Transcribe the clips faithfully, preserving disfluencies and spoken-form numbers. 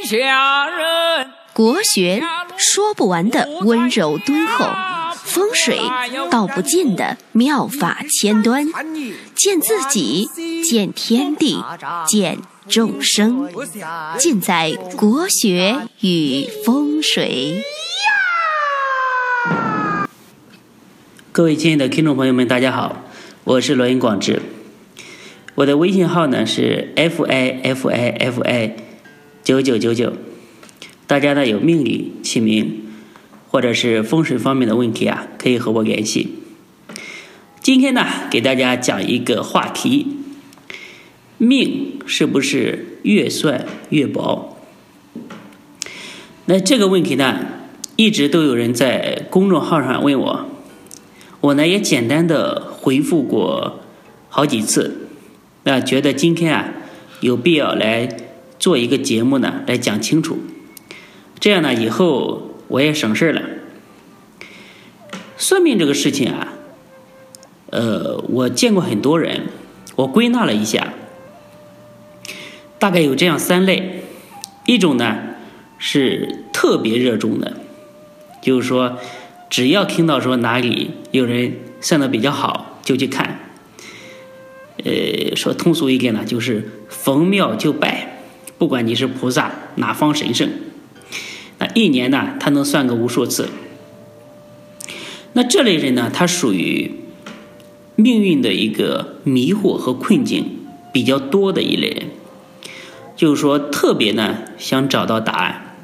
下人。 国学说不完的温柔敦厚，风水道不尽的妙法千端，见自己，见天地，见众生，尽在国学与风水。 各位亲爱的听众朋友们，大家好，我是罗云广志，我的微信号呢是 F I F I F I 九九九九，大家呢有命理、起名或者是风水方面的问题啊，可以和我联系。今天呢，给大家讲一个话题：命是不是越算越薄？那这个问题呢，一直都有人在公众号上问我，我呢也简单的回复过好几次，那觉得今天啊有必要来做一个节目呢，来讲清楚。这样呢，以后我也省事了。算命这个事情啊，呃，我见过很多人，我归纳了一下，大概有这样三类。一种呢是特别热衷的，就是说只要听到说哪里有人算得比较好，就去看。呃，说通俗一点呢，就是逢庙就拜，不管你是菩萨哪方神圣，那一年呢，他能算个无数次。那这类人呢，他属于命运的一个迷惑和困境比较多的一类人，就是说特别呢想找到答案。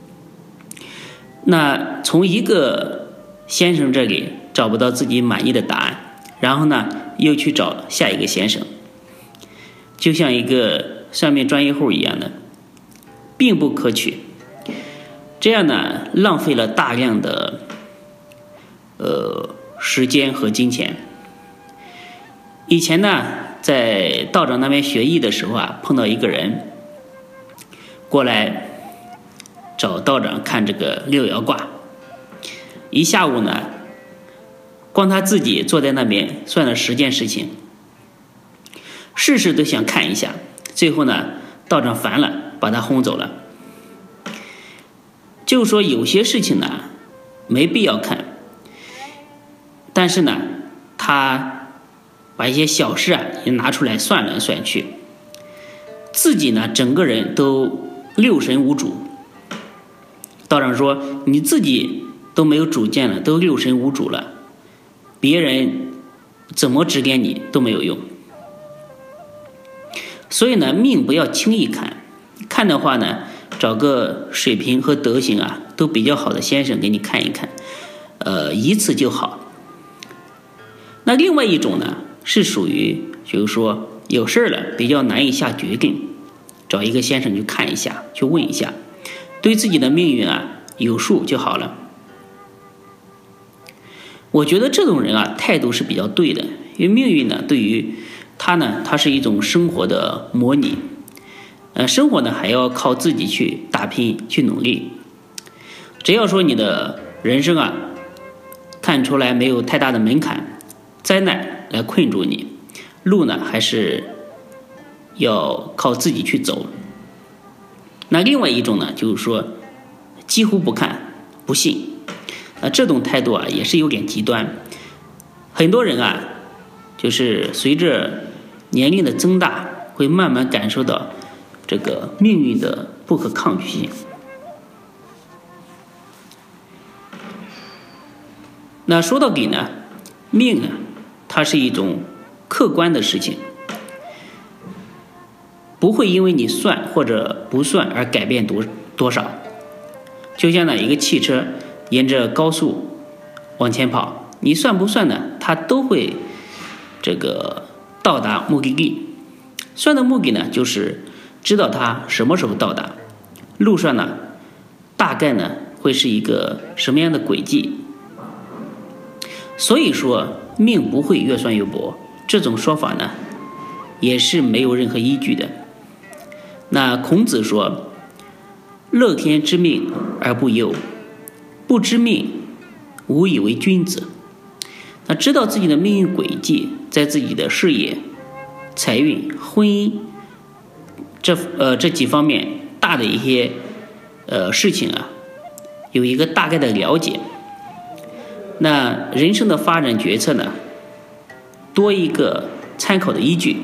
那从一个先生这里找不到自己满意的答案，然后呢又去找下一个先生，就像一个算命专业户一样的，并不可取。这样呢，浪费了大量的呃时间和金钱。以前呢，在道长那边学艺的时候啊，碰到一个人过来找道长看这个六爻卦，一下午呢，光他自己坐在那边算了十件事情，事事都想看一下，最后呢，道长烦了，把他轰走了。就是说有些事情呢没必要看，但是呢他把一些小事啊也拿出来算来算去，自己呢整个人都六神无主。道长说你自己都没有主见了，都六神无主了，别人怎么指点你都没有用。所以呢，命不要轻易看，看的话呢，找个水平和德行啊都比较好的先生给你看一看，呃，一次就好。那另外一种呢，是属于就是说有事了比较难以下决定，找一个先生去看一下，去问一下，对自己的命运啊有数就好了。我觉得这种人啊态度是比较对的，因为命运呢对于他呢，它是一种生活的模拟。呃，生活呢还要靠自己去打拼去努力。只要说你的人生啊看出来没有太大的门槛，灾难来困住你，路呢还是要靠自己去走。那另外一种呢，就是说几乎不看不信，那这种态度啊也是有点极端。很多人啊就是随着年龄的增大，会慢慢感受到这个命运的不可抗拒性。那说到底呢，命啊，它是一种客观的事情，不会因为你算或者不算而改变多多少。就像呢一个汽车沿着高速往前跑，你算不算呢，它都会这个到达目的地。算的目的呢，就是知道它什么时候到达，路上呢大概呢会是一个什么样的轨迹。所以说命不会越算越薄，这种说法呢也是没有任何依据的。那孔子说乐天知命而不忧，不知命无以为君子。那知道自己的命运轨迹，在自己的事业、财运、婚姻这呃这几方面大的一些呃事情啊有一个大概的了解，那人生的发展决策呢多一个参考的依据。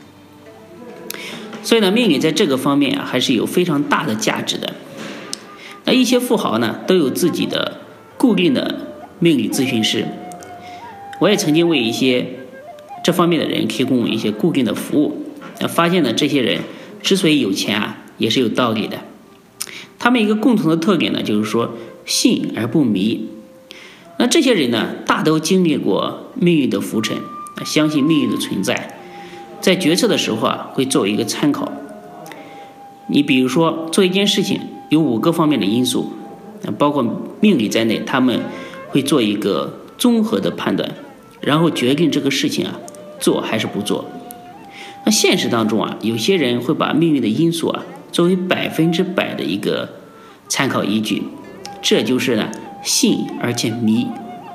所以呢，命理在这个方面啊还是有非常大的价值的。那一些富豪呢都有自己的固定的命理咨询师，我也曾经为一些这方面的人提供一些固定的服务，那发现呢这些人之所以有钱啊也是有道理的。他们一个共同的特点呢就是说信而不迷。那这些人呢大都经历过命运的浮沉，相信命运的存在，在决策的时候啊会作为一个参考。你比如说做一件事情有五个方面的因素，包括命理在内，他们会做一个综合的判断，然后决定这个事情啊做还是不做。那现实当中啊有些人会把命运的因素啊作为百分之百的一个参考依据，这就是呢信而且迷。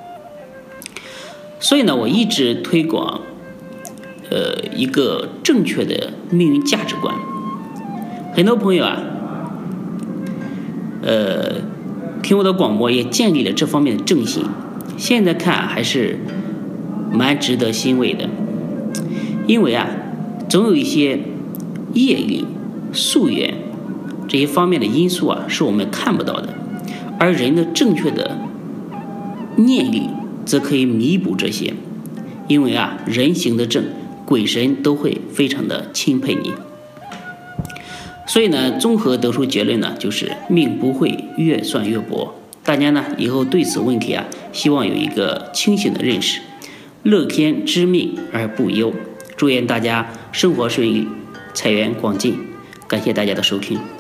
所以呢我一直推广呃一个正确的命运价值观。很多朋友啊呃听我的广播也建立了这方面的正信，现在看还是蛮值得欣慰的。因为啊总有一些业力宿缘这些方面的因素啊是我们看不到的，而人的正确的念力则可以弥补这些。因为啊人行得正，鬼神都会非常的钦佩你。所以呢综合得出结论呢就是命不会越算越薄。大家呢以后对此问题啊希望有一个清醒的认识，乐天知命而不忧。祝愿大家生活顺利，财源广进。感谢大家的收听。